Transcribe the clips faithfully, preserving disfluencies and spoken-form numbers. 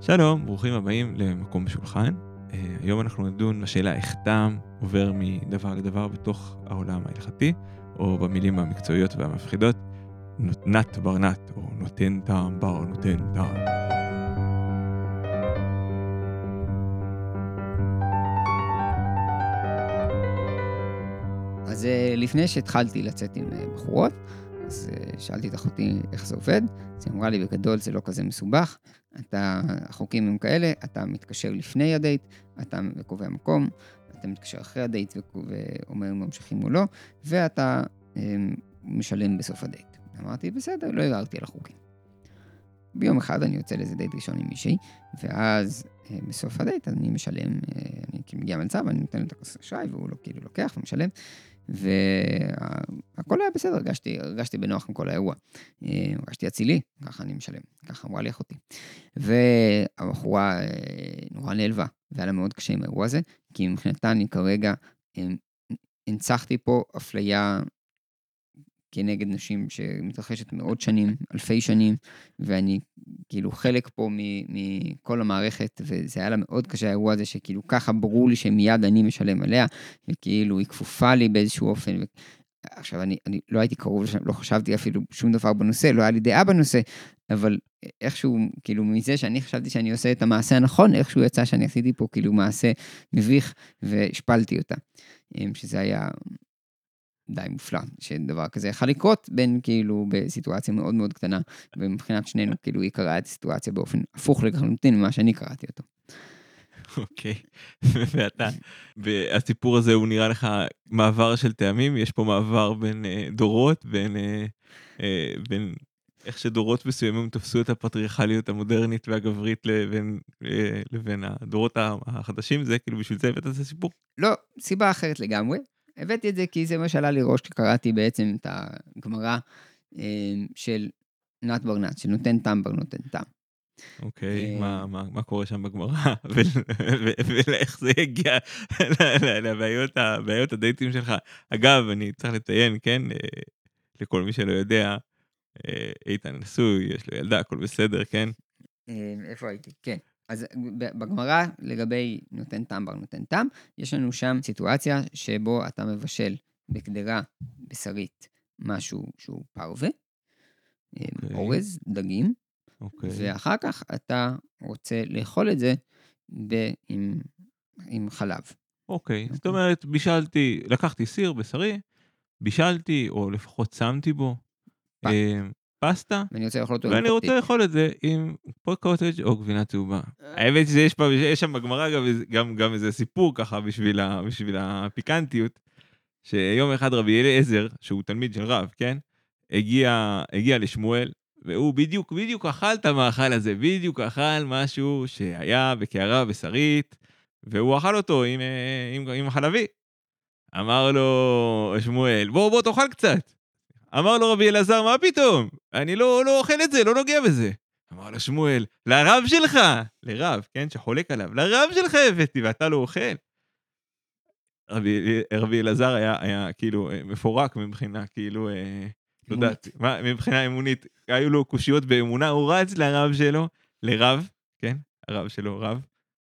שלום, ברוכים הבאים למקום בשולחן. אה, היום אנחנו נדון בשאלה איך טעם עובר מדבר לדבר בתוך העולם ההלכתי, או במילים המקצועיות והמפחידות, נותנת ברנת, או נותן טעם בר נותן טעם. אז אה, לפני שהתחלתי לצאת עם אה, בחורות, אז אה, שאלתי את אחותי איך זה עובד, אז היא אמרה לי בגדול זה לא כזה מסובך, אתה, החוקים הם כאלה, אתה מתקשר לפני הדייט, אתה קובע מקום, אתה מתקשר אחרי הדייט וקו- ואומר אם ממשיכים או לא, ואתה אה, משלם בסוף הדייט. אמרתי בסדר, לא הערתי על החוקים. ביום אחד אני יוצא לאיזה דייט ראשון עם מישהי, ואז אה, בסוף הדייט אני משלם, אה, אני כאילו מגיע מהצב, אני נותן לו את הכוס אשראי, והוא לא כאילו לוקח ומשלם, והכל היה בסדר, הרגשתי, הרגשתי בנוח עם כל האירוע. אה, הרגשתי אצילי, ככה אני משלם, ככה אמרה לי אחותי. והבחורה אה, נורא נעלבה, והיה לה מאוד קשה עם האירוע הזה, כי מבחינתה אני כרגע אה, הנצחתי פה אפליה כנגד נשים שמתרחשת מאות שנים, אלפי שנים, ואני כאילו חלק פה מכל המערכת, וזה היה לה מאוד קשה האירוע הזה, שכאילו ככה ברור לי שמיד אני משלם עליה, וכאילו היא כפופה לי באיזשהו אופן. ו... עכשיו, אני, אני לא הייתי קרוב לשם, לא חשבתי אפילו שום דבר בנושא, לא היה לי דעה בנושא, אבל איכשהו, כאילו מזה שאני חשבתי שאני עושה את המעשה הנכון, איכשהו יצא שאני עשיתי פה כאילו מעשה מביך, והשפלתי אותה. שזה היה די מופלא, שדבר כזה יכול לקרות בין כאילו בסיטואציה מאוד מאוד קטנה, ומבחינת שנינו כאילו היא קראה את הסיטואציה באופן הפוך לחלוטין ממה שאני קראתי אותו. אוקיי, ואתה, והסיפור הזה הוא נראה לך מעבר של טעמים, יש פה מעבר בין אה, דורות, בין, אה, אה, בין איך שדורות מסוימים תפסו את הפטריארכליות המודרנית והגברית לבין, אה, לבין הדורות החדשים, זה כאילו בשביל זה הבאת את הסיפור? לא, סיבה אחרת לגמרי. הבאתי את זה כי זה מה שעלה לי ראש, כשקראתי בעצם את הגמרא אה, של נת ברנץ, שנותן טעם בר נותן טעם. אוקיי, אה, מה, מה, מה קורה שם בגמרא, ואיך זה יגיע לבעיות, הבעיות הדייטים שלך. אגב, אני צריך לציין, כן, אה, לכל מי שלא יודע, אה, איתן נשוי, יש לו ילדה, הכל בסדר, כן? אה, איפה הייתי? כן. אז ב- בגמרא, לגבי נותן טעם בר נותן טעם, יש לנו שם סיטואציה שבו אתה מבשל בקדרה בשרית משהו שהוא פרווה, אה, אוקיי, אורז, דגים, אוקיי, ואחר כך אתה רוצה לאכול את זה ב- עם, עם חלב. אוקיי. זאת אוקיי? אומרת, בישלתי, לקחתי סיר בשרי, בישלתי, או לפחות שמתי בו, פסטה. אה, פסטה, ואני רוצה לאכול אותו עם ואני רוצה קוטג'. לאכול את זה עם פה קוטג' או גבינה צהובה. האמת שיש פה, יש שם בגמרא גם, איזה- גם, גם איזה סיפור ככה בשביל, ה, בשביל הפיקנטיות, שיום אחד רבי אליעזר, שהוא תלמיד של רב, כן? הגיע, הגיע לשמואל, והוא בדיוק, בדיוק אכל את המאכל הזה, בדיוק אכל משהו שהיה בקערה בשרית, והוא אכל אותו עם, אה, עם, עם חלבי. אמר לו שמואל, בוא, בוא תאכל קצת. אמר לו רבי אלעזר, מה פתאום? אני לא, לא אוכל את זה, לא נוגע בזה. אמר לו שמואל, לרב שלך, לרב, כן, שחולק עליו, לרב שלך הבאתי ואתה לא אוכל. רבי, רבי אלעזר היה, היה כאילו אה, מפורק מבחינה, כאילו, אה, לא יודעת, אמונית. מה, מבחינה אמונית, היו לו קושיות באמונה, הוא רץ לרב שלו, לרב, כן, הרב שלו, רב,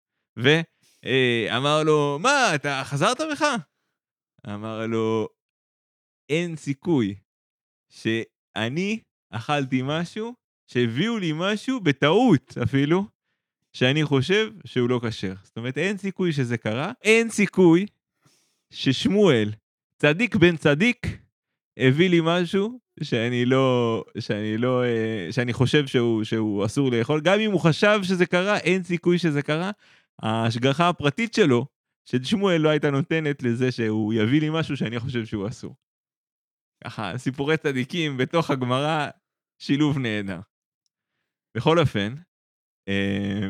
ואמר לו, מה, אתה חזרת בך? אמר לו, אין סיכוי שאני אכלתי משהו, שהביאו לי משהו בטעות אפילו, שאני חושב שהוא לא כשר. זאת אומרת, אין סיכוי שזה קרה, אין סיכוי ששמואל, צדיק בן צדיק, הביא לי משהו שאני לא, שאני לא, אה, שאני חושב שהוא, שהוא אסור לאכול. גם אם הוא חשב שזה קרה, אין סיכוי שזה קרה. ההשגחה הפרטית שלו, של שמואל לא הייתה נותנת לזה שהוא יביא לי משהו שאני חושב שהוא אסור. ככה, סיפורי צדיקים בתוך הגמרא, שילוב נהדר. בכל אופן, אה,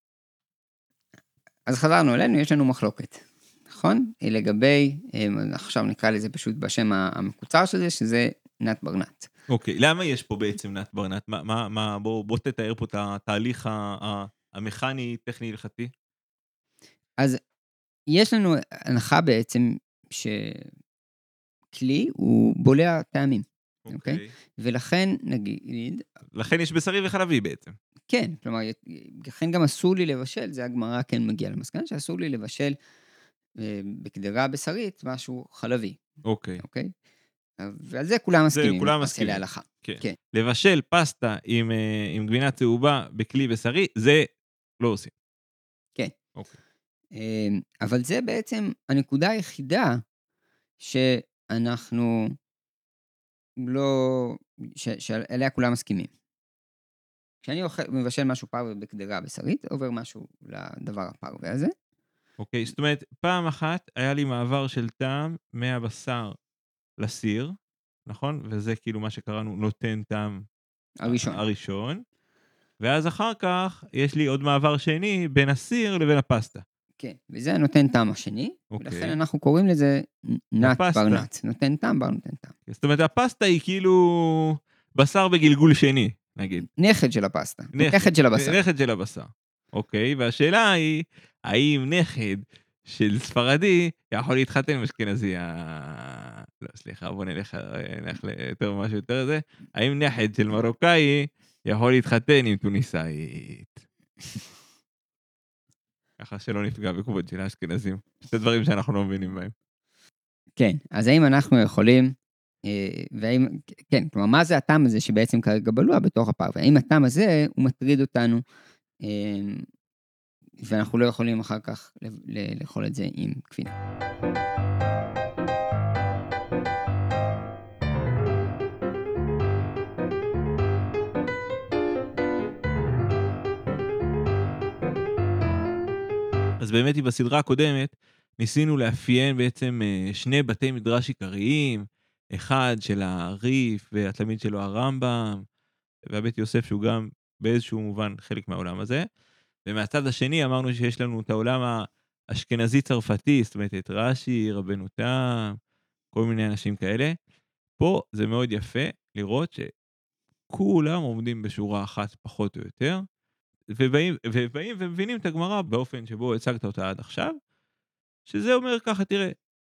אז חזרנו אלינו, יש לנו מחלוקת, נכון? לגבי, אה, עכשיו נקרא לזה פשוט בשם המקוצר של זה, שזה נת ברנת. אוקיי, למה יש פה בעצם נת ברנת? מה, מה, מה, בוא, בוא תתאר פה את התהליך ה- ה- המכני, טכני, הלכתי. אז יש לנו הנחה בעצם שכלי הוא בולע טעמים. אוקיי? ולכן, נגיד... לכן יש בשרי וחלבי בעצם. כן, כלומר, לכן גם אסור לי לבשל, זה הגמרא כן מגיע למסקנה, שאסור לי לבשל בקדרה בשרית משהו חלבי. אוקיי. אוקיי? ועל זה כולם מסכימים. זה כולם מסכימים. להלכה. כן. כן. לבשל פסטה עם, עם גבינה צהובה בכלי בשרי, זה לא עושים. כן. אוקיי. אבל זה בעצם הנקודה היחידה שאנחנו לא, ש, שעליה כולם מסכימים. כשאני מבשל משהו פרווה בקדרה בשרית, עובר משהו לדבר הפרווה הזה. אוקיי, זאת אומרת, פעם אחת היה לי מעבר של טעם מהבשר לסיר, נכון? וזה כאילו מה שקראנו נותן טעם הראשון. הראשון. ואז אחר כך יש לי עוד מעבר שני בין הסיר לבין הפסטה. כן, וזה נותן טעם השני, אוקיי. ולכן אנחנו קוראים לזה נט בר נט. נותן טעם בר נותן טעם. זאת אומרת, הפסטה היא כאילו בשר בגלגול שני, נגיד. נכד של הפסטה. נכד של הבשר. נכד של הבשר. אוקיי, והשאלה היא, האם נכד של ספרדי יכול להתחתן עם אשכנזי? לא, סליחה, בוא נלך יותר משהו יותר זה. האם נכד של מרוקאי יכול להתחתן עם טוניסאית? ככה שלא נפגע בכבוד של האשכנזים. שתי דברים שאנחנו לא מבינים בהם. כן, אז האם אנחנו יכולים, והאם, כן, כלומר, מה זה הטעם הזה שבעצם כרגע בלוע בתוך הפרווה? והאם הטעם הזה הוא מטריד אותנו, ואנחנו לא יכולים אחר כך לאכול את זה עם כבינה. אז באמת בסדרה הקודמת ניסינו לאפיין בעצם שני בתי מדרש עיקריים, אחד של הריף והתלמיד שלו הרמב"ם, והבית יוסף שהוא גם באיזשהו מובן חלק מהעולם הזה, ומהצד השני אמרנו שיש לנו את העולם האשכנזי-צרפתי, זאת אומרת את רש"י, רבנו תם, כל מיני אנשים כאלה. פה זה מאוד יפה לראות שכולם עומדים בשורה אחת פחות או יותר, ובאים, ובאים ומבינים את הגמרא באופן שבו הצגת אותה עד עכשיו, שזה אומר ככה, תראה,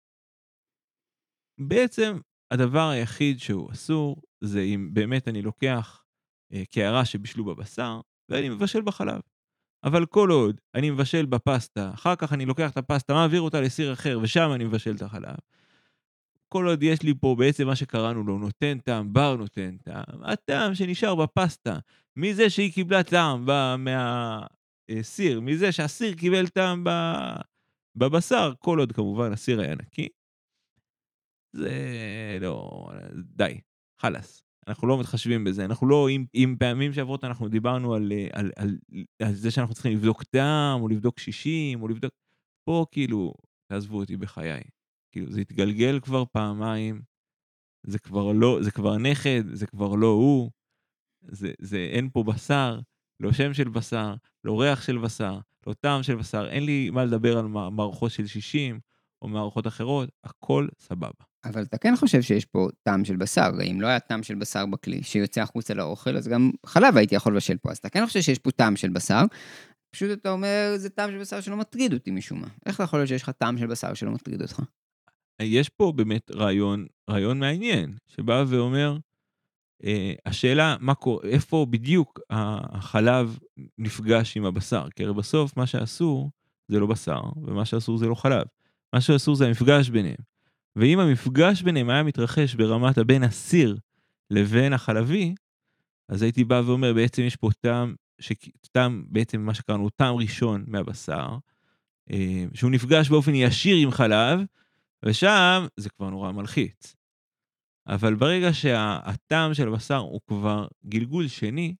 בעצם הדבר היחיד שהוא אסור, זה אם באמת אני לוקח אה, קערה שבישלו בבשר, ואני מבשל בחלב. אבל כל עוד אני מבשל בפסטה, אחר כך אני לוקח את הפסטה, מעביר אותה לסיר אחר, ושם אני מבשל את החלב. כל עוד יש לי פה בעצם מה שקראנו לו, נותן טעם, בר נותן טעם, הטעם שנשאר בפסטה, מזה שהיא קיבלה טעם מהסיר, מזה שהסיר קיבל טעם בבשר, כל עוד כמובן הסיר היה נקי, זה לא, די, חלס. אנחנו לא מתחשבים בזה, אנחנו לא, עם, עם פעמים שעברות אנחנו דיברנו על, על, על, על זה שאנחנו צריכים לבדוק טעם, או לבדוק שישים, או לבדוק, פה כאילו, תעזבו אותי בחיי. כאילו, זה התגלגל כבר פעמיים, זה כבר לא, זה כבר נכד, זה כבר לא הוא, זה, זה, אין פה בשר, לא שם של בשר, לא ריח של בשר, לא טעם של בשר, אין לי מה לדבר על מערכות של שישים, או מערכות אחרות, הכל סבבה. אבל אתה כן חושב שיש פה טעם של בשר, אם לא היה טעם של בשר בכלי שיוצא החוצה לאוכל, אז גם חלב הייתי יכול לבשל פה, אז אתה כן חושב שיש פה טעם של בשר, פשוט אתה אומר, זה טעם של בשר שלא מטריד אותי משום מה. איך אתה יכול להיות שיש לך טעם של בשר שלא מטריד אותך? יש פה באמת רעיון, רעיון מעניין, שבא ואומר, אה, השאלה, מה קורה, איפה בדיוק החלב נפגש עם הבשר? כי הרי בסוף מה שאסור זה לא בשר, ומה שאסור זה לא חלב. מה שאסור זה המפגש ביניהם. ואם המפגש ביניהם היה מתרחש ברמת הבין הסיר לבין החלבי, אז הייתי בא ואומר, בעצם יש פה טעם, טעם בעצם מה שקראנו, טעם ראשון מהבשר, אה, שהוא נפגש באופן ישיר עם חלב, ושם זה כבר נורא מלחיץ. אבל ברגע שהטעם של הבשר הוא כבר גלגול שני,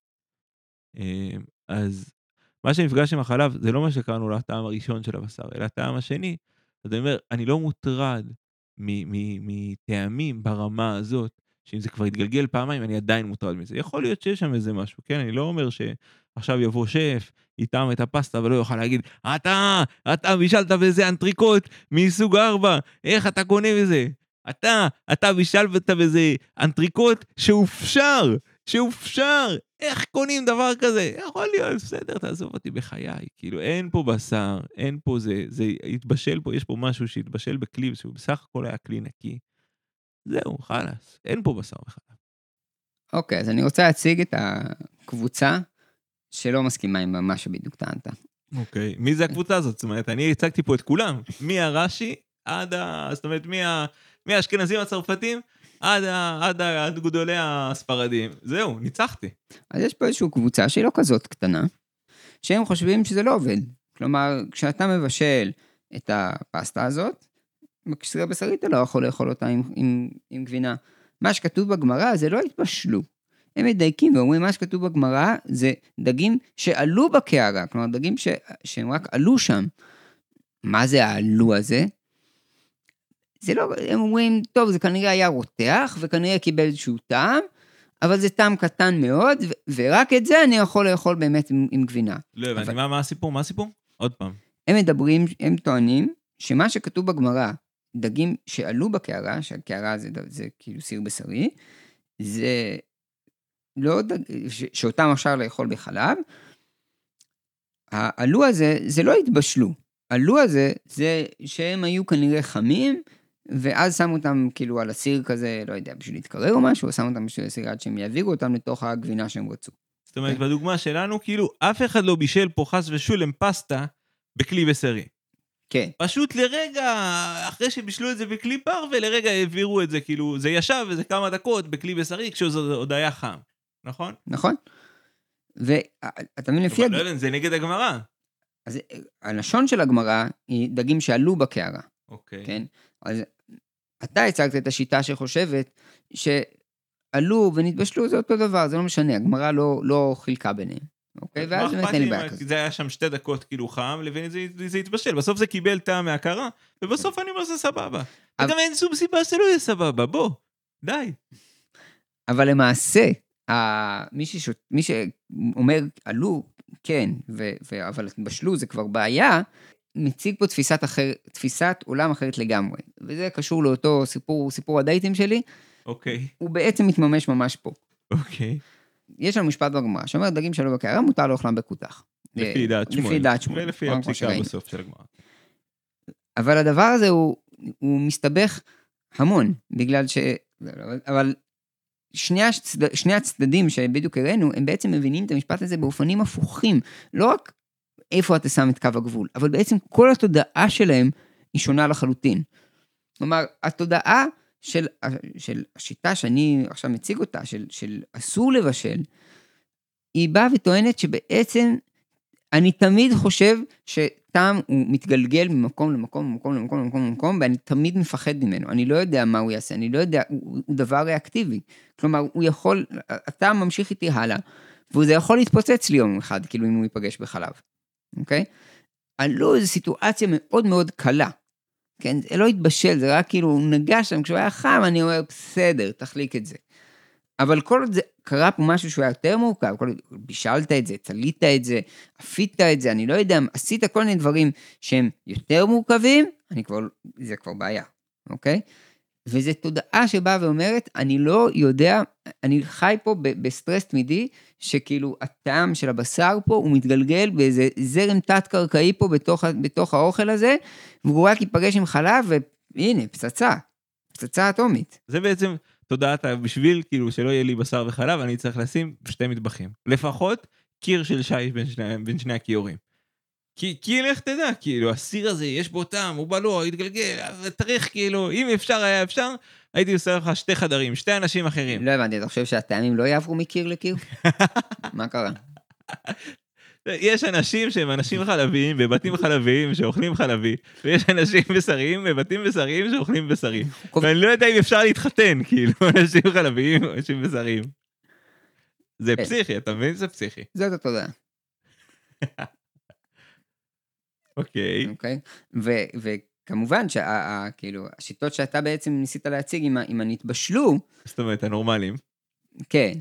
אז מה שנפגש עם החלב זה לא מה שקראנו לו הטעם הראשון של הבשר, אלא הטעם השני. אז אני אומר, אני לא מוטרד מטעמים ברמה הזאת, שאם זה כבר יתגלגל פעמיים, אני עדיין מוטרד מזה. יכול להיות שיש שם איזה משהו, כן? אני לא אומר שעכשיו יבוא שף, יטעם את הפסטה, ולא יוכל להגיד, אתה, אתה בישלת בזה אנטריקוט מסוג ארבע, איך אתה קונה בזה? אתה, אתה בישלת בזה אנטריקוט שהופשר, שהופשר, איך קונים דבר כזה? יכול להיות, בסדר, תעזוב אותי בחיי, כאילו אין פה בשר, אין פה זה, זה התבשל פה, יש פה משהו שהתבשל בכלי, שהוא בסך הכל היה כלי נקי, זהו, חלס, אין פה בשר בכלל. אוקיי, אז אני רוצה להציג את הקבוצה שלא מסכימה עם מה שבדיוק טענת. אוקיי, מי זה הקבוצה הזאת? זאת אומרת, אני הצגתי פה את כולם, מהרש"י עד ה... זאת אומרת, מהאשכנזים הצרפתים עד ה... עד ה... עד גדולי הספרדים. זהו, ניצחתי. אז יש פה איזושהי קבוצה שהיא לא כזאת קטנה, שהם חושבים שזה לא עובד. כלומר, כשאתה מבשל את הפסטה הזאת, בקשרי בשרית אתה לא יכול לאכול אותה עם, עם, עם גבינה. מה שכתוב בגמרא זה לא התבשלו. הם מדייקים ואומרים מה שכתוב בגמרא זה דגים שעלו בקערה, כלומר דגים ש... שהם רק עלו שם. מה זה העלו הזה? זה לא, הם אומרים, טוב, זה כנראה היה רותח, וכנראה קיבל איזשהו טעם, אבל זה טעם קטן מאוד, ו- ורק את זה אני יכול לאכול באמת עם, עם גבינה. לא הבנתי, אבל... מה, מה הסיפור? מה הסיפור? עוד פעם. הם מדברים, הם טוענים, שמה שכתוב בגמרא, דגים שעלו בקערה, שהקערה זה, זה כאילו סיר בשרי, זה לא דג... ש- שאותם אפשר לאכול בחלב, העלו הזה, זה לא התבשלו. העלו הזה, זה שהם היו כנראה חמים, ואז שמו אותם כאילו על הסיר כזה, לא יודע, בשביל להתקרר או משהו, או שמו אותם בשביל הסיר עד שהם יעבירו אותם לתוך הגבינה שהם רצו. זאת אומרת, בדוגמה שלנו, כאילו, אף אחד לא בישל פה חס ושולם פסטה בכלי בשרי. כן. פשוט לרגע, אחרי שבישלו את זה בכלי פר, ולרגע העבירו את זה, כאילו, זה ישב וזה כמה דקות בכלי בשרי, כשזה עוד היה חם. נכון? נכון. ואתה מבין לפי... אבל לא יודע, זה נגד הגמרא. אז הלשון של הגמרא היא דגים שעלו בקערה. אוקיי. כן? אז אתה הצגת את השיטה שחושבת שעלו ונתבשלו זה אותו דבר, זה לא משנה, הגמרא לא, לא חילקה ביניהם. אוקיי? ואז באמת אין לי בעיה כזה. זה היה שם שתי דקות כאילו חם, לבין זה, זה התבשל. בסוף זה קיבל טעם מהקרה, ובסוף אני אומר זה סבבה. וגם אין שום סיבה שלא יהיה סבבה, בוא, די. אבל למעשה, מי, ששות, מי שאומר עלו, כן, ו, ו, אבל בשלו זה כבר בעיה, מציג פה תפיסת, אחר, תפיסת עולם אחרת לגמרי. וזה קשור לאותו סיפור, סיפור הדייטים שלי. אוקיי. הוא בעצם מתממש ממש פה. אוקיי. יש לנו משפט בגמרא, שאומר דגים שלו בקערה, מותר לאוכלם בכותח. לפי דעת שמואל. לפי דעת שמואל. ולפי הפסיקה בסוף של הגמרא. אבל הדבר הזה הוא, הוא מסתבך המון, בגלל ש... אבל שני, הצד... שני הצדדים שבדיוק הראינו, הם בעצם מבינים את המשפט הזה באופנים הפוכים. לא רק איפה אתה שם את קו הגבול, אבל בעצם כל התודעה שלהם היא שונה לחלוטין. כלומר, התודעה של, של השיטה שאני עכשיו מציג אותה, של, של אסור לבשל, היא באה וטוענת שבעצם אני תמיד חושב שטעם הוא מתגלגל ממקום למקום, ממקום למקום, למקום למקום, ואני תמיד מפחד ממנו. אני לא יודע מה הוא יעשה, אני לא יודע, הוא, הוא דבר ריאקטיבי. כלומר, הוא יכול, הטעם ממשיך איתי הלאה, וזה יכול להתפוצץ לי יום אחד, כאילו אם הוא ייפגש בחלב. אוקיי? עלו איזו סיטואציה מאוד מאוד קלה. כן? זה לא התבשל, זה רק כאילו נגש שם, כשהוא היה חם, אני אומר, בסדר, תחליק את זה. אבל כל עוד זה קרה פה משהו שהוא היה יותר מורכב, כל עוד בישלת את זה, צלית את זה, אפית את זה, אני לא יודע, עשית כל מיני דברים שהם יותר מורכבים, אני כבר, זה כבר בעיה, אוקיי? וזו תודעה שבאה ואומרת, אני לא יודע, אני חי פה בסטרס תמידי, שכאילו הטעם של הבשר פה, הוא מתגלגל באיזה זרם תת-קרקעי פה בתוך, בתוך האוכל הזה, והוא רק ייפגש עם חלב, והנה, פצצה, פצצה אטומית. זה בעצם תודעת, בשביל כאילו שלא יהיה לי בשר וחלב, אני צריך לשים שתי מטבחים. לפחות קיר של שיש בין שני, בין שני הכיורים. כי, כי לך תדע, כאילו, הסיר הזה, יש בו טעם, הוא בא לו, יתגלגל, צריך כאילו, אם אפשר היה אפשר, הייתי עושה לך שתי חדרים, שתי אנשים אחרים. לא הבנתי, אתה חושב שהטעמים לא יעברו מקיר לקיר? מה קרה? יש אנשים שהם אנשים חלביים, בבתים חלביים שאוכלים חלבי, ויש אנשים בשריים, בבתים בשריים שאוכלים בשרים. ואני לא יודע אם אפשר להתחתן, כאילו, אנשים חלביים, אנשים בשריים. זה פסיכי, אתה מבין? זה פסיכי. זאת התודעה. אוקיי. אוקיי. וכמובן, כאילו, השיטות שאתה בעצם ניסית להציג עם הנתבשלו, זאת אומרת, הנורמליים. כן.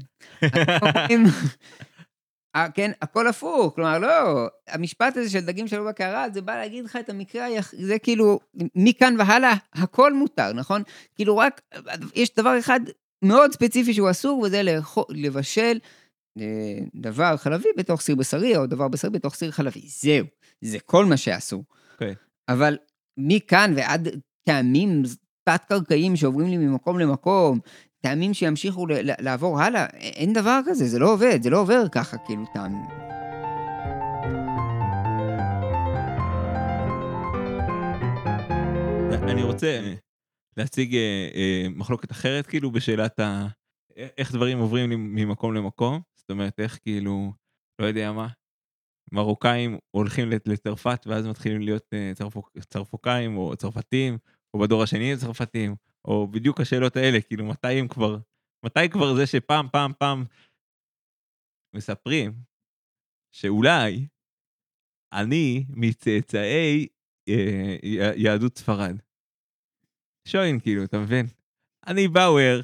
כן, הכל הפוך, כלומר, לא, המשפט הזה של דגים שלו בקערה, זה בא להגיד לך את המקרה, זה כאילו, מכאן והלאה, הכל מותר, נכון? כאילו רק, יש דבר אחד מאוד ספציפי שהוא אסור, וזה לבשל דבר חלבי בתוך סיר בשרי, או דבר בשרי בתוך סיר חלבי, זהו, זה כל מה שאסור. Okay. אבל מכאן ועד טעמים תת-קרקעיים שעוברים לי ממקום למקום, טעמים שימשיכו לעבור הלאה, אין דבר כזה, זה לא עובד, זה לא עובר ככה, כאילו, טעם. אני רוצה להציג מחלוקת אחרת, כאילו, בשאלת ה... איך דברים עוברים ממקום למקום, זאת אומרת, איך כאילו, לא יודע מה, מרוקאים הולכים לצרפת, ואז מתחילים להיות צרפוקאים, או צרפתים, או בדור השני צרפתים, או בדיוק השאלות האלה, כאילו, מתי הם כבר, מתי כבר זה שפעם, פעם, פעם, מספרים, שאולי, אני מצאצאי יהדות ספרד. שוין, כאילו, אתה מבין? אני באואר,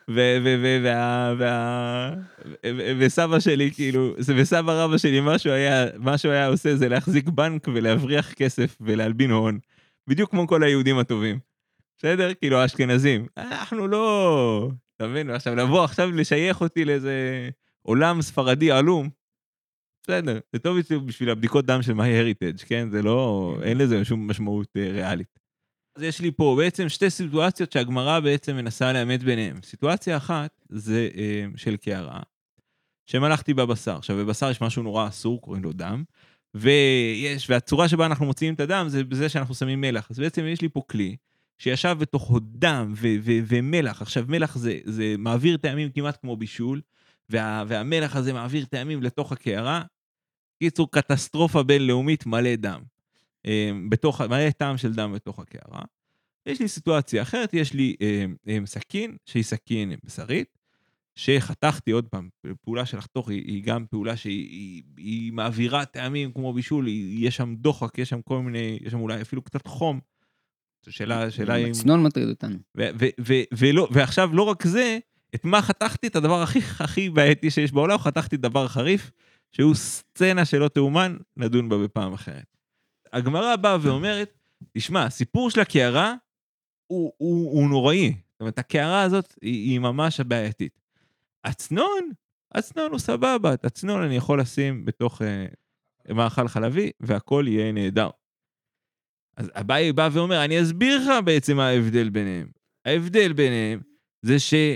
וסבא שלי, כאילו, וסבא רבא שלי, משהו היה עושה, זה להחזיק בנק ולהבריח כסף ולהלבין הון, בדיוק כמו כל היהודים הטובים. בסדר? כאילו, האשכנזים. אנחנו לא... אתה מבין? עכשיו, לבוא עכשיו לשייך אותי לאיזה עולם ספרדי עלום, בסדר, זה טוב בשביל הבדיקות דם של MyHeritage, כן? זה לא... אין לזה שום משמעות ריאלית. אז יש לי פה בעצם שתי סיטואציות שהגמרא בעצם מנסה לאמת ביניהם. סיטואציה אחת זה אה, של קערה, שמלכתי בבשר. עכשיו, בבשר יש משהו נורא אסור, קוראים לו דם, ויש, והצורה שבה אנחנו מוציאים את הדם זה בזה שאנחנו שמים מלח. אז בעצם יש לי פה כלי שישב בתוכו דם ו- ו- ומלח. עכשיו, מלח זה, זה מעביר טעמים כמעט כמו בישול, וה- והמלח הזה מעביר טעמים לתוך הקערה. קיצור, קטסטרופה בינלאומית, מלא דם. בתוך, מלא טעם של דם בתוך הקערה. יש לי סיטואציה אחרת, יש לי אה, אה, סכין, שהיא סכין בשרית, שחתכתי עוד פעם, פעולה של לחתוך היא, היא גם פעולה שהיא היא, היא מעבירה טעמים כמו בישול, היא, יש שם דוחק, יש שם כל מיני, יש שם אולי אפילו קצת חום. זו שאלה, שאלה אם... מצנון מטריד אותנו. ו- ו- ו- ולא, ועכשיו לא רק זה, את מה חתכתי, את הדבר הכי, הכי בעייתי שיש בעולם, חתכתי דבר חריף, שהוא סצנה שלא תאומן, נדון בה בפעם אחרת. הגמרא באה ואומרת, תשמע, הסיפור של הקערה הוא, הוא, הוא נוראי. זאת אומרת, הקערה הזאת היא, היא ממש הבעייתית. הצנון, הצנון הוא סבבה, את הצנון אני יכול לשים בתוך אה, מאכל חלבי, והכל יהיה נהדר. אז אביי בא ואומר, אני אסביר לך בעצם מה ההבדל ביניהם. ההבדל ביניהם זה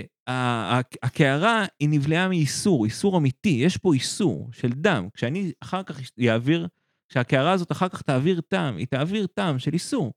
שהקערה היא נבלעה מאיסור, איסור אמיתי, יש פה איסור של דם. כשאני אחר כך יעביר, כשהקערה הזאת אחר כך תעביר טעם, היא תעביר טעם של איסור.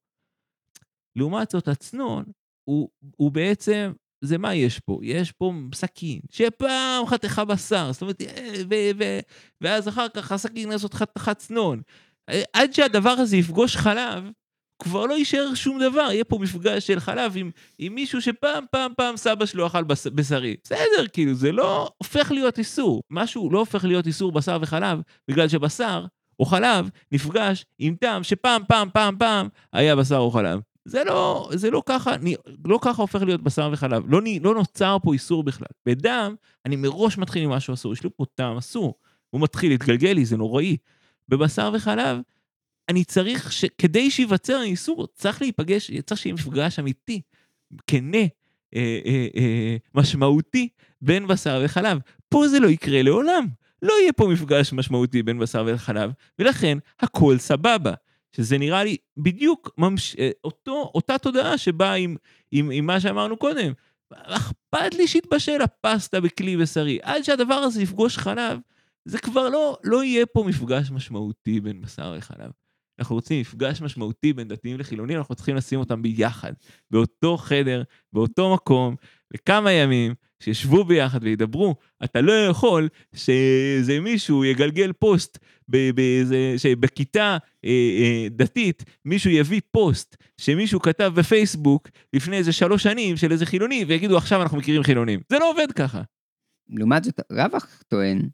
לעומת זאת, הצנון, הוא, הוא בעצם, זה מה יש פה? יש פה סכין, שפעם חתיכה בשר, זאת אומרת, ו, ו, ואז אחר כך הסכין הזאת חתיכת צנון. עד שהדבר הזה יפגוש חלב, כבר לא יישאר שום דבר, יהיה פה מפגש של חלב עם, עם מישהו שפעם פעם פעם סבא שלו אכל בשרי. בסדר, כאילו, זה לא הופך להיות איסור. משהו לא הופך להיות איסור בשר וחלב, בגלל שבשר או חלב נפגש עם טעם שפעם פעם פעם פעם היה בשר או חלב. זה לא, זה לא ככה, לא ככה הופך להיות בשר וחלב. לא, לא נוצר פה איסור בכלל. בדם, אני מראש מתחיל עם משהו אסור, יש לי פה טעם אסור. הוא מתחיל להתגלגל לי, זה נוראי. בבשר וחלב, אני צריך, ש... כדי שיווצר איסור, צריך להיפגש, צריך שיהיה מפגש אמיתי, כנה, אה, אה, אה, משמעותי, בין בשר וחלב. פה זה לא יקרה לעולם. לא יהיה פה מפגש משמעותי בין בשר וחלב, ולכן הכל סבבה. שזה נראה לי בדיוק ממש... אותו, אותה תודעה שבאה עם, עם, עם מה שאמרנו קודם. אכפת לי שהתבשל הפסטה בכלי בשרי. עד שהדבר הזה יפגוש חלב, זה כבר לא, לא יהיה פה מפגש משמעותי בין בשר וחלב. אנחנו רוצים מפגש משמעותי בין דתיים לחילונים, אנחנו צריכים לשים אותם ביחד, באותו חדר, באותו מקום, לכמה ימים, שישבו ביחד וידברו. אתה לא יכול שזה מישהו יגלגל פוסט, באיזה, שבכיתה אה, אה, דתית, מישהו יביא פוסט, שמישהו כתב בפייסבוק, לפני איזה שלוש שנים, של איזה חילוני, ויגידו עכשיו אנחנו מכירים חילונים. זה לא עובד ככה. לעומת זאת, רווח טוען,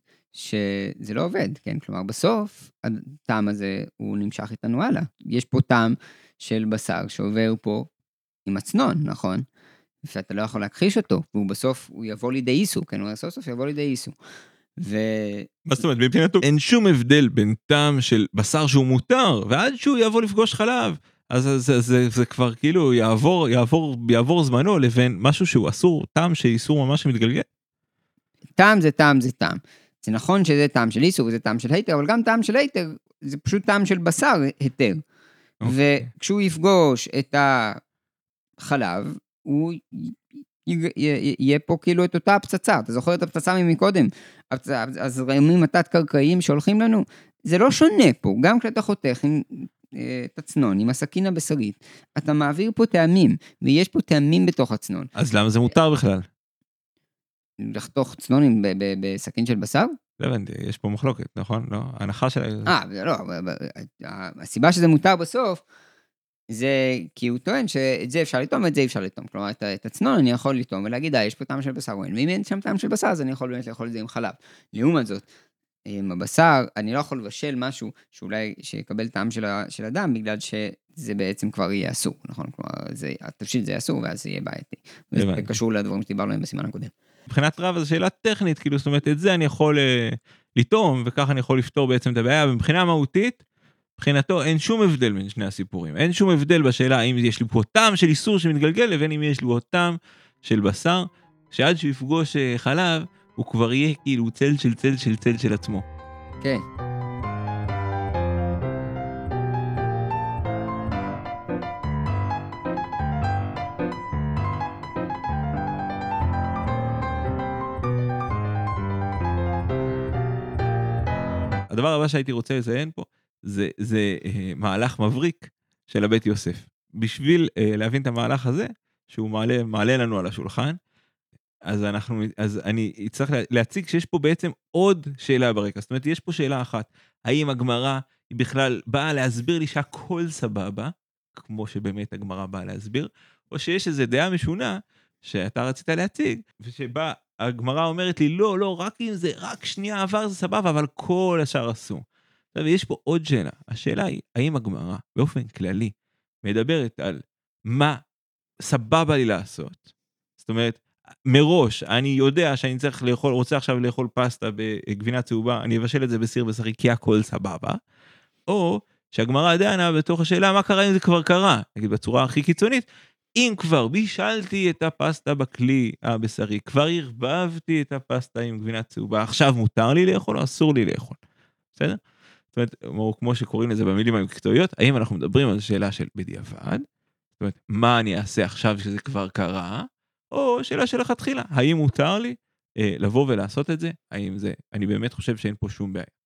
שזה לא עובד, כן? כלומר, בסוף, הטעם הזה הוא נמשך איתנו הלאה. יש פה טעם של בשר שעובר פה עם הצנון, נכון? ואתה לא יכול להכחיש אותו, והוא בסוף, הוא יבוא לידי איסו, כן? הוא סוף סוף יבוא לידי איסו. ו... מה זאת אומרת? מבחינתו, אין שום הבדל בין טעם של בשר שהוא מותר, ועד שהוא יבוא לפגוש חלב, אז זה, זה, זה, זה כבר כאילו יעבור, יעבור, יעבור זמנו לבין משהו שהוא אסור, טעם שאיסור ממש מתגלגל. טעם זה טעם זה טעם. זה נכון שזה טעם של איסור, זה טעם של היתר, אבל גם טעם של היתר, זה פשוט טעם של בשר היתר. Okay. וכשהוא יפגוש את החלב, הוא יהיה פה כאילו את אותה הפצצה, אתה זוכר את הפצצה ממקודם, הזרמים התת-קרקעיים שהולכים לנו, זה לא שונה פה, גם כשאתה חותך עם את הצנון, עם הסכין הבשרית, אתה מעביר פה טעמים, ויש פה טעמים בתוך הצנון. אז למה זה מותר בכלל? לחתוך צנונים בסכין של בשר? לא הבנתי, יש פה מחלוקת, נכון? לא, ההנחה של... אה, לא, הסיבה שזה מותר בסוף, זה כי הוא טוען שאת זה אפשר לטעום ואת זה אפשר לטעום. כלומר, את הצנון אני יכול לטעום ולהגיד, אה, יש פה טעם של בשר, ואם אין שם טעם של בשר, אז אני יכול באמת לאכול את זה עם חלב. לעומת זאת, עם הבשר, אני לא יכול לבשל משהו שאולי שיקבל טעם של אדם, בגלל שזה בעצם כבר יהיה אסור, נכון? כלומר, התבשיל זה יהיה אסור, ואז זה יהיה בעייתי. וזה קשור לדברים שדיברנו להם בסימן הקודם. מבחינת רב, זו שאלה טכנית, כאילו, זאת אומרת, את זה אני יכול לטעום, וככה אני יכול לפתור בעצם את הבעיה, ומבחינה מהותית, מבחינתו אין שום הבדל בין שני הסיפורים. אין שום הבדל בשאלה האם יש לי פה טעם של איסור שמתגלגל, לבין אם יש לי פה טעם של בשר, שעד שהוא יפגוש חלב, הוא כבר יהיה כאילו צל של צל של צל של עצמו. כן. הדבר הבא שהייתי רוצה לציין פה, זה, זה אה, מהלך מבריק של הבית יוסף. בשביל אה, להבין את המהלך הזה, שהוא מעלה, מעלה לנו על השולחן, אז אנחנו, אז אני צריך להציג שיש פה בעצם עוד שאלה ברקע. זאת אומרת, יש פה שאלה אחת, האם הגמרא היא בכלל באה להסביר לי שהכל סבבה, כמו שבאמת הגמרא באה להסביר, או שיש איזו דעה משונה שאתה רצית להציג, ושבה הגמרא אומרת לי, לא, לא, רק אם זה, רק שנייה עבר זה סבבה, אבל כל השאר עשו. ויש פה עוד שאלה. השאלה היא, האם הגמרא, באופן כללי, מדברת על מה סבבה לי לעשות? זאת אומרת, מראש, אני יודע שאני צריך לאכול, רוצה עכשיו לאכול פסטה בגבינה צהובה, אני אבשל את זה בסיר בשרי, כי הכל סבבה. או שהגמרא דנה בתוך השאלה, מה קרה אם זה כבר קרה? נגיד בצורה הכי קיצונית, אם כבר בישלתי את הפסטה בכלי הבשרי, כבר הרבבתי את הפסטה עם גבינה צהובה, עכשיו מותר לי לאכול או אסור לי לאכול? בסדר? זאת אומרת, כמו שקוראים לזה במילים המקצועיות, האם אנחנו מדברים על שאלה של בדיעבד? זאת אומרת, מה אני אעשה עכשיו שזה כבר קרה? או שאלה של התחילה, האם מותר לי אה, לבוא ולעשות את זה? האם זה, אני באמת חושב שאין פה שום בעיה.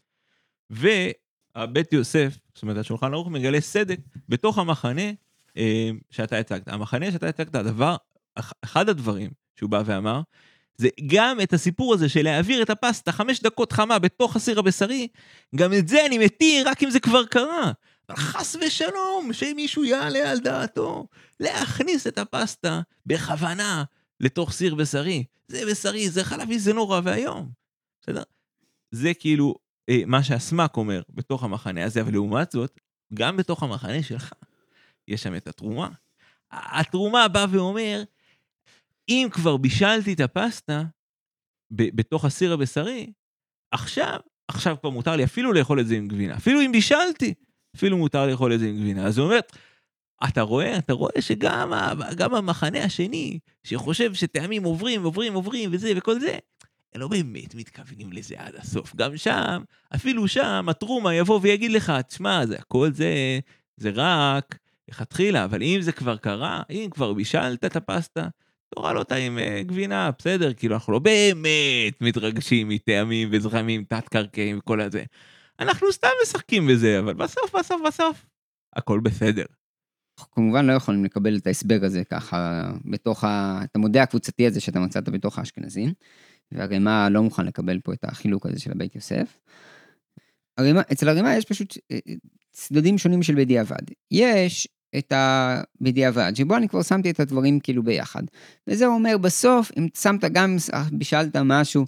והבית יוסף, זאת אומרת, השולחן ערוך מגלה סדק בתוך המחנה אה, שאתה הצגת. המחנה שאתה הצגת, הדבר, אחד הדברים שהוא בא ואמר, זה גם את הסיפור הזה של להעביר את הפסטה חמש דקות חמה בתוך הסיר הבשרי, גם את זה אני מתיר רק אם זה כבר קרה. אבל חס ושלום, שמישהו יעלה על דעתו, להכניס את הפסטה בכוונה לתוך סיר בשרי. זה בשרי, זה חלבי, זה נורא והיום. בסדר? זה כאילו אה, מה שהסמק אומר בתוך המחנה הזה, אבל לעומת זאת, גם בתוך המחנה שלך, יש שם את התרומה. התרומה בא ואומר, אם כבר בישלתי את הפסטה ב- בתוך הסיר הבשרי, עכשיו, עכשיו כבר מותר לי אפילו לאכול את זה עם גבינה. אפילו אם בישלתי, אפילו מותר לאכול את זה עם גבינה. אז הוא אומר, אתה רואה, אתה רואה שגם גם המחנה השני, שחושב שטעמים עוברים, עוברים, עוברים, וזה וכל זה, הם לא באמת מתכוונים לזה עד הסוף. גם שם, אפילו שם, התרומה יבוא ויגיד לך, תשמע, זה הכל זה, זה רק, איך התחילה, אבל אם זה כבר קרה, אם כבר בישלת את הפסטה, תורא לא טעים גבינה, בסדר, כאילו אנחנו לא באמת מתרגשים מטעמים וזרמים, תת-קרקעים וכל הזה. אנחנו סתם משחקים בזה, אבל בסוף, בסוף, בסוף, הכל בסדר. כמובן לא יכולים לקבל את ההסבר הזה ככה, בתוך ה... את המודע הקבוצתי הזה שאתה מצאת בתוך האשכנזים, והרימה לא מוכן לקבל פה את החילוק הזה של הבית יוסף. הרימה, אצל הרימה יש פשוט צדדים שונים של בדיעבד. יש את הבדיעבד, שבו אני כבר שמתי את הדברים כאילו ביחד. וזה אומר בסוף, אם שמת גם, בישלת משהו,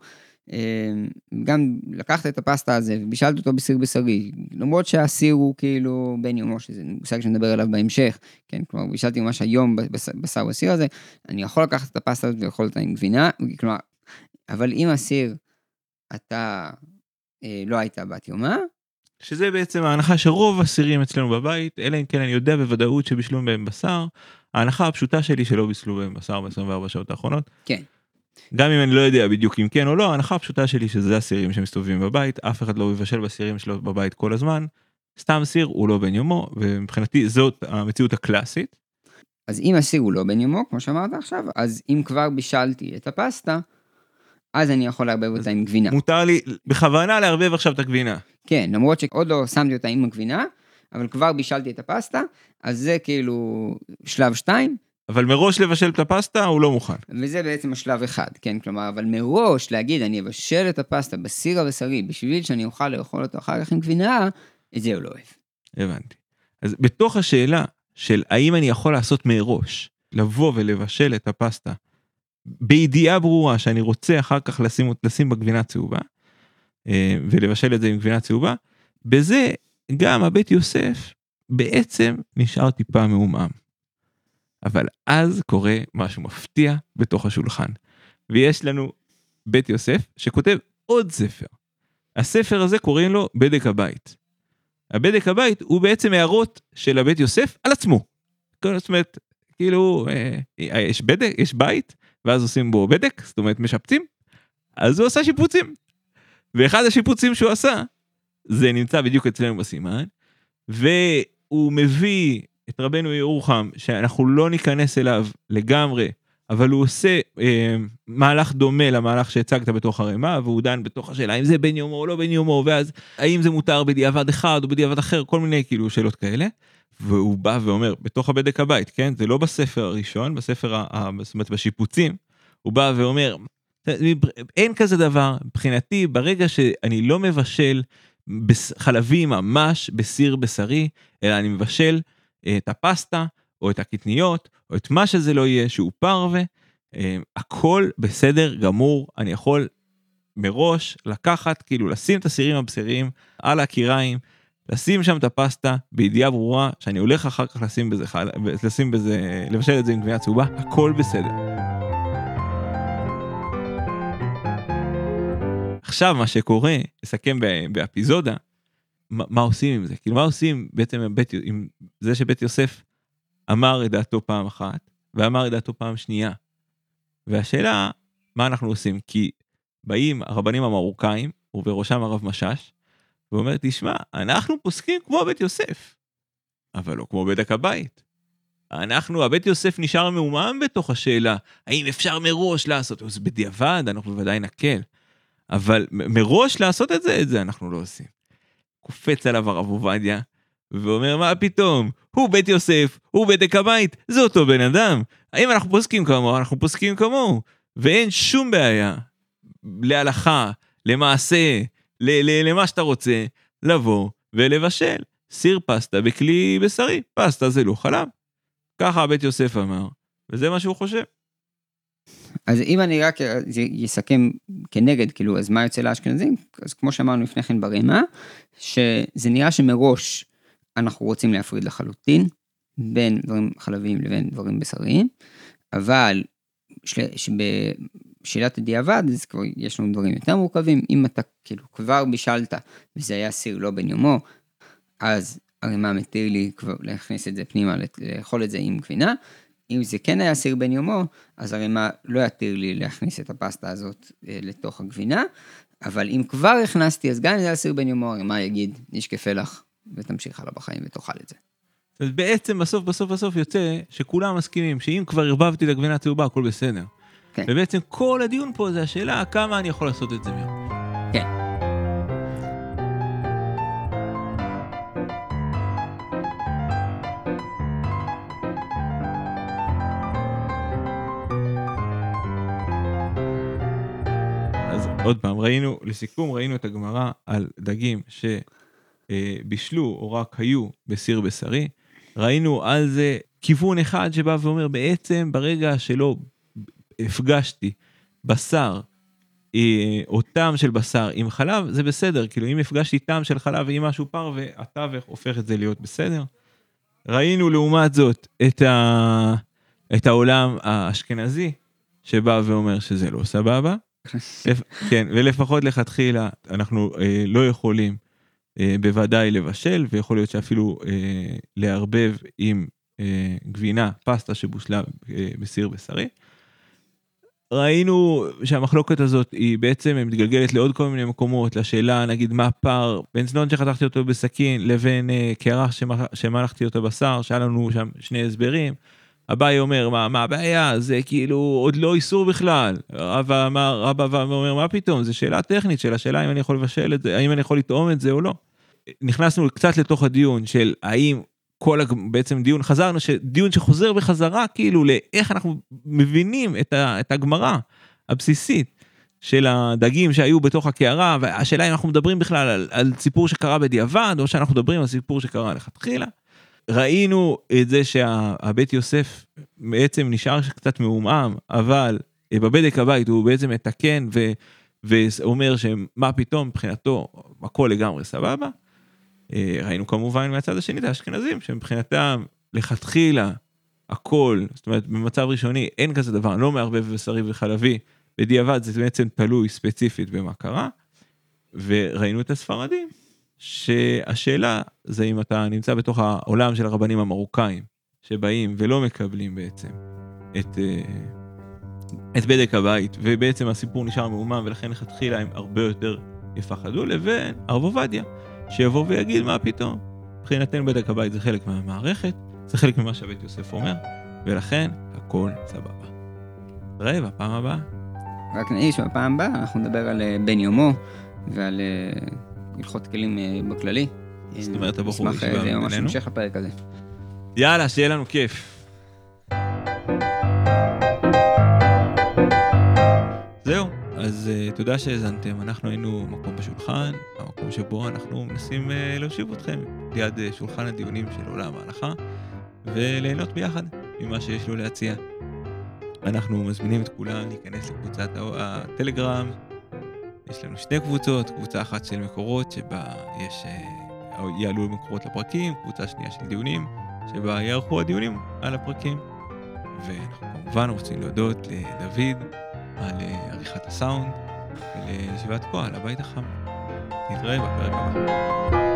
גם לקחת את הפסטה הזה ובישלת אותו בסיר בשרי, למרות שהסיר הוא כאילו בן יומו, שזה מושג שנדבר עליו בהמשך, כן, כלומר בישלתי ממש היום בשר בסיר הזה, אני יכול לקחת את הפסטה הזאת ולאכול אותה עם גבינה, כלומר, אבל אם הסיר אתה אה, לא הייתה בת יומה, שזה בעצם ההנחה שרוב הסירים אצלנו בבית, אלא אם כן אני יודע בוודאות שבישלו בהם בשר, ההנחה הפשוטה שלי שלא בישלו בהם בשר ב-עשרים וארבע שעות האחרונות. כן. גם אם אני לא יודע בדיוק אם כן או לא, ההנחה הפשוטה שלי שזה הסירים שמסתובבים בבית, אף אחד לא מבשל בסירים שלו בבית כל הזמן, סתם סיר הוא לא בן יומו, ומבחינתי זאת המציאות הקלאסית. אז אם הסיר הוא לא בן יומו, כמו שאמרת עכשיו, אז אם כבר בישלתי את הפסטה, אז אני יכול לערבב אותה עם גבינה. מותר לי בכוונה לערבב עכשיו את הגבינה. כן, למרות שעוד לא שמתי אותה עם הגבינה, אבל כבר בישלתי את הפסטה, אז זה כאילו שלב שתיים. אבל מראש לבשל את הפסטה הוא לא מוכן. וזה בעצם השלב אחד, כן? כלומר, אבל מראש להגיד, אני אבשל את הפסטה בסיר הבשרי, בשביל שאני אוכל לאכול אותו אחר כך עם גבינה, את זה הוא לא אוהב. הבנתי. אז בתוך השאלה של האם אני יכול לעשות מראש, לבוא ולבשל את הפסטה, בידיעה ברורה שאני רוצה אחר כך לשים, לשים בגבינה צהובה, ולבשל את זה עם גבינה צהובה, בזה גם הבית יוסף בעצם נשאר טיפה מעומעם. אבל אז קורה משהו מפתיע בתוך השולחן. ויש לנו בית יוסף שכותב עוד ספר. הספר הזה קוראים לו בדק הבית. הבדק הבית הוא בעצם הערות של הבית יוסף על עצמו. זאת אומרת, כאילו, אה, יש בדק, יש בית, ואז עושים בו בדק, זאת אומרת משפצים, אז הוא עשה שיפוצים. ואחד השיפוצים שהוא עשה, זה נמצא בדיוק אצלנו בסימן, והוא מביא את רבנו ירוחם, שאנחנו לא ניכנס אליו לגמרי, אבל הוא עושה אה, מהלך דומה למהלך שהצגת בתוך הרמה, והוא דן בתוך השאלה, האם זה בן יומו או לא בן יומו, ואז האם זה מותר בדיעבד אחד או בדיעבד אחר, כל מיני כאילו שאלות כאלה, והוא בא ואומר, בתוך הבדק הבית, כן? זה לא בספר הראשון, בספר, ה, זאת אומרת, בשיפוצים, הוא בא ואומר, אין כזה דבר, מבחינתי, ברגע שאני לא מבשל חלבי ממש בסיר בשרי, אלא אני מבשל את הפסטה, או את הקטניות, או את מה שזה לא יהיה, שהוא פרווה, הכל בסדר גמור, אני יכול מראש לקחת, כאילו לשים את הסירים הבשריים על הקיריים, לשים שם את הפסטה, בידיעה ברורה, שאני הולך אחר כך לשים בזה, לשים בזה, לבשל את זה עם גבינה צהובה, הכל בסדר. עכשיו מה שקורה, לסכם באפיזודה, מה, מה עושים עם זה? כאילו מה עושים בעצם עם, בית, עם זה שבית יוסף אמר את דעתו פעם אחת, ואמר את דעתו פעם שנייה. והשאלה, מה אנחנו עושים? כי באים הרבנים המרוקאים, ובראשם הרב משש, ואומר, תשמע, אנחנו פוסקים כמו בית יוסף, אבל לא כמו בדק הבית. אנחנו, הבית יוסף נשאר מעומם בתוך השאלה, האם אפשר מראש לעשות? אז בדיעבד, אנחנו בוודאי נקל. אבל מראש לעשות את זה, את זה אנחנו לא עושים. קופץ עליו הרב עובדיה, ואומר, מה פתאום? הוא בית יוסף, הוא בדק הבית, זה אותו בן אדם. האם אנחנו פוסקים כמוהו? אנחנו פוסקים כמוהו. ואין שום בעיה להלכה, למעשה, למה שאתה רוצה, לבוא ולבשל סיר פסטה בכלי בשרי. פסטה זה לא חלב. ככה הבית יוסף אמר, וזה מה שהוא חושב. אז אם אני רק יסכם כנגד, כאילו, אז מה יוצא לאשכנזים? אז כמו שאמרנו לפני כן ברמה, שזה נראה שמראש אנחנו רוצים להפריד לחלוטין, בין דברים חלביים לבין דברים בשריים, אבל בשאלת הדיעבד, אז כבר יש לנו דברים יותר מורכבים, אם אתה כאילו כבר בישלת, וזה היה סיר לא בן יומו, אז הרמה מתיר לי כבר להכניס את זה פנימה, לאכול את זה עם גבינה, אם זה כן היה סיר בן יומו, אז הרמה לא יתיר לי להכניס את הפסטה הזאת אה, לתוך הגבינה, אבל אם כבר הכנסתי, אז גם אם זה היה סיר בן יומו, הרמה יגיד, נשקפה לך, ותמשיך הלאה בחיים ותאכל את זה. אז בעצם בסוף בסוף בסוף יוצא שכולם מסכימים, שאם כבר הרבבתי את הגבינה הצהובה, הכל בסדר. כן. ובעצם כל הדיון פה זה השאלה, כמה אני יכול לעשות את זה מראש. כן. עוד פעם, ראינו, לסיכום, ראינו את הגמרא על דגים שבישלו או רק היו בסיר בשרי. ראינו על זה כיוון אחד שבא ואומר, בעצם ברגע שלא הפגשתי בשר, או טעם של בשר עם חלב, זה בסדר. כאילו אם הפגשתי טעם של חלב עם משהו פר, והטווח הופך את זה להיות בסדר. ראינו לעומת זאת את, ה... את העולם האשכנזי, שבא ואומר שזה לא סבבה. כן, ולפחות לכתחילה אנחנו אה, לא יכולים אה, בוודאי לבשל, ויכול להיות שאפילו אה, לערבב עם אה, גבינה, פסטה שבושלה אה, בסיר בשרי. ראינו שהמחלוקת הזאת היא בעצם מתגלגלת לעוד כל מיני מקומות, לשאלה נגיד מה פער בין צנון שחתכתי אותו בסכין לבין אה, קרח שמלכתי אותו בשר, שהיה לנו שם שני הסברים. אביי אומר, מה, מה הבעיה? זה כאילו עוד לא איסור בכלל. רבא אמר, רבא אומר, מה פתאום? זו שאלה טכנית של השאלה אם אני יכול לבשל את זה, האם אני יכול לטעום את זה או לא. נכנסנו קצת לתוך הדיון של האם כל, בעצם דיון, חזרנו, דיון שחוזר בחזרה, כאילו, לאיך אנחנו מבינים את, ה, את הגמרא הבסיסית של הדגים שהיו בתוך הקערה, והשאלה אם אנחנו מדברים בכלל על, על סיפור שקרה בדיעבד, או שאנחנו מדברים על סיפור שקרה לכתחילה. ראינו את זה שהבית יוסף בעצם נשאר קצת מעומעם, אבל בבדק הבית הוא בעצם מתקן ו, ואומר שמה פתאום מבחינתו הכל לגמרי סבבה. ראינו כמובן מהצד השני את האשכנזים, שמבחינתם לכתחילה הכל, זאת אומרת במצב ראשוני אין כזה דבר, לא מערבב בשרי וחלבי, בדיעבד זה בעצם תלוי ספציפית במה קרה, וראינו את הספרדים, שהשאלה זה אם אתה נמצא בתוך העולם של הרבנים המרוקאים, שבאים ולא מקבלים בעצם את, את בדק הבית, ובעצם הסיפור נשאר מעומם, ולכן לכתחילה הם הרבה יותר יפחדו, לבין הרב עובדיה, שיבוא ויגיד מה פתאום. מבחינתנו בדק הבית זה חלק מהמערכת, זה חלק ממה שבית יוסף אומר, ולכן הכל סבבה. ראה בפעם הבאה. רק נעיש, בפעם הבאה אנחנו נדבר על בן יומו, ועל הלכות כלים בכללי. זאת אומרת, הבחור ישיבה בינינו. זה ממש נמשך לפרק הזה. יאללה, שיהיה לנו כיף. זהו, אז uh, תודה שהזנתם. אנחנו היינו מקום בשולחן, המקום שבו אנחנו מנסים uh, להושיב אתכם ליד uh, שולחן הדיונים של עולם ההלכה, וליהנות ביחד ממה שיש לו להציע. אנחנו מזמינים את כולם להיכנס לקבוצת הטלגרם. יש לנו שתי קבוצות, קבוצה אחת של מקורות שבה יש, uh, יעלו מקורות לפרקים, קבוצה שנייה של דיונים שבה יערכו הדיונים על הפרקים. ואנחנו כמובן רוצים להודות לדוד על עריכת הסאונד ולישיבת כוח על הבית החם. נתראה בפרק הבא.